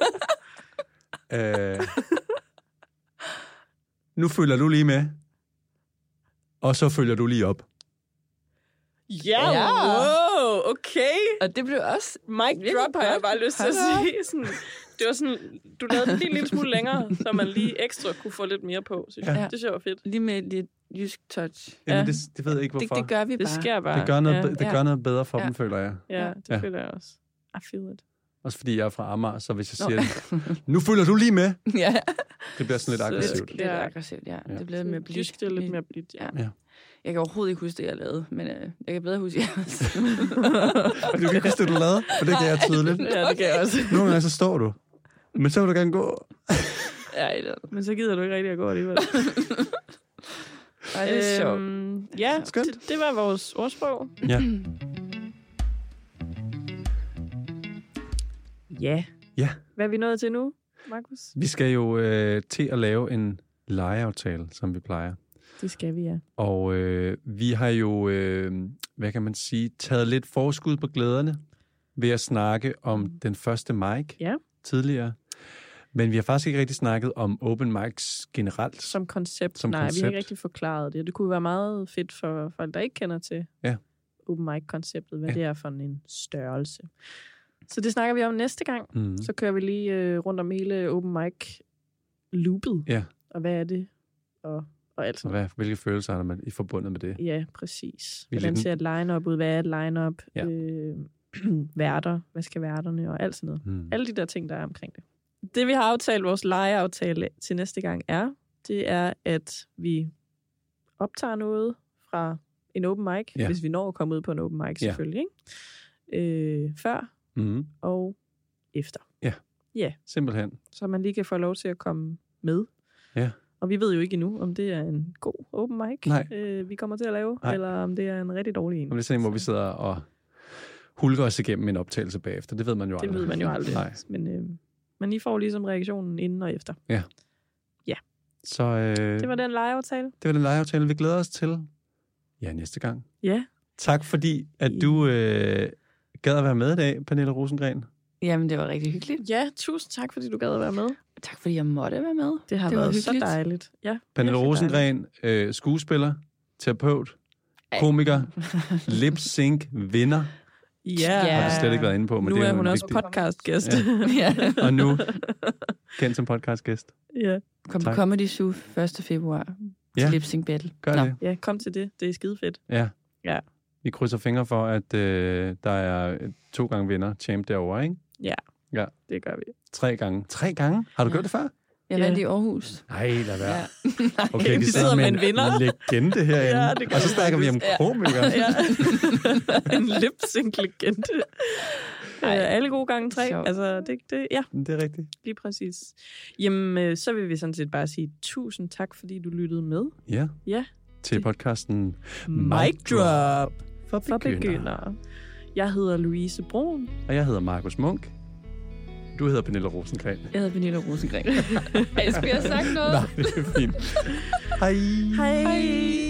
Nu følger du lige med. Og så følger du lige op. Ja, wow, okay. Og det blev også... Mic drop, har jeg bare lyst til at sige. Sådan, det var sådan, du lavede det en lille smule længere, så man lige ekstra kunne få lidt mere på, synes jeg. Det synes jeg var fedt. Lige med lidt jysk touch. Jamen, det ved jeg ikke, hvorfor. Det gør vi bare. Det sker bare. Det gør noget bedre for dem, føler jeg. Ja, det føler jeg også. I feel it. Også fordi jeg er fra Amager, så hvis jeg siger det, nu følger du lige med. Ja. Det bliver sådan lidt aggressivt. Det er aggressivt, ja. Det bliver lidt mere blidt. Jysk, det er lidt mere blidt, ja. Jeg kan overhovedet ikke huske det, jeg lavede, men jeg kan bedre huske jeres. Du kan ikke huske det, du lavede? For det kan jeg tydeligt. Ja, det kan jeg også. Nogle gange så står du. Men så vil du gerne gå. Ja, men så gider du ikke rigtig at gå alligevel. Ej, det er sjovt. Ja, det var vores ordsprog. Ja. Ja. Hvad er vi nået til nu, Markus? Vi skal jo til at lave en legeaftale, som vi plejer. Det skal vi, ja. Og vi har jo, hvad kan man sige, taget lidt forskud på glæderne ved at snakke om den første mic tidligere. Men vi har faktisk ikke rigtig snakket om open mics generelt. Som koncept. Nej, vi har ikke rigtig forklaret det. Det kunne være meget fedt for folk, der ikke kender til open mic-konceptet, hvad det er for en størrelse. Så det snakker vi om næste gang. Så kører vi lige rundt om hele open mic-loopet. Ja. Og hvad er det? Og alt sådan. Hvilke følelser har man i forbundet med det? Ja, præcis. Hvordan ser et line-up ud? Hvad er et line-up? Ja. Værter. Hvad skal værterne? Og alt sådan noget. Alle de der ting, der er omkring det. Det, vi har aftalt, vores lejeaftale til næste gang det er, at vi optager noget fra en open mic, hvis vi når at komme ud på en open mic, selvfølgelig. Ikke? Før og efter. Ja. Simpelthen. Så man lige kan få lov til at komme med. Ja. Og vi ved jo ikke endnu, om det er en god open mic, vi kommer til at lave, eller om det er en rigtig dårlig en. Om det er sådan en, hvor vi sidder og hulker os igennem en optagelse bagefter. Det ved man jo aldrig. Det ved man jo aldrig. Men I får ligesom reaktionen inden og efter. Ja. Ja. Så, det var den lejeaftale. Det var den lejeaftale, vi glæder os til. Ja, næste gang. Ja. Tak fordi, at du gad at være med i dag, Pernille Rosengren. Jamen, det var rigtig hyggeligt. Ja, tusind tak, fordi du gad at være med. Tak, fordi jeg måtte være med. Det har været så dejligt. Ja, Pernille Rosengren, skuespiller, terapeut, komiker, lip-sync, vinder. Ja. Har vi slet ikke været inde på. Men nu det er hun også podcastgæst. Ja. Og nu kendt som podcastgæst. Ja. Kom på Comedy Zoo 1. februar til Lip Sync Battle. Gør det. Ja, kom til det. Det er skide fedt. Ja. Vi krydser fingre for, at der er 2 gange vinder champ derovre, ikke? Ja, det gør vi. 3 gange. 3 gange? Har du gjort det før? Jeg vandt i Aarhus. Nej, lad være. Ja. Okay, vi sidder med en legende herinde. Og så snakker vi om komikere. Ja. En lip-sync-legende. Alle gode gange 3. Altså, det er rigtigt. Lige præcis. Jamen, så vil vi sådan set bare sige tusind tak, fordi du lyttede med. Ja. Til podcasten Mic Drop for begyndere. Jeg hedder Louise Brun. Og jeg hedder Markus Munk. Du hedder Pernille Rosengren. Jeg hedder Pernille Rosengren. Jeg skulle have sagt noget. Nej, det er fint. Hej. Hej.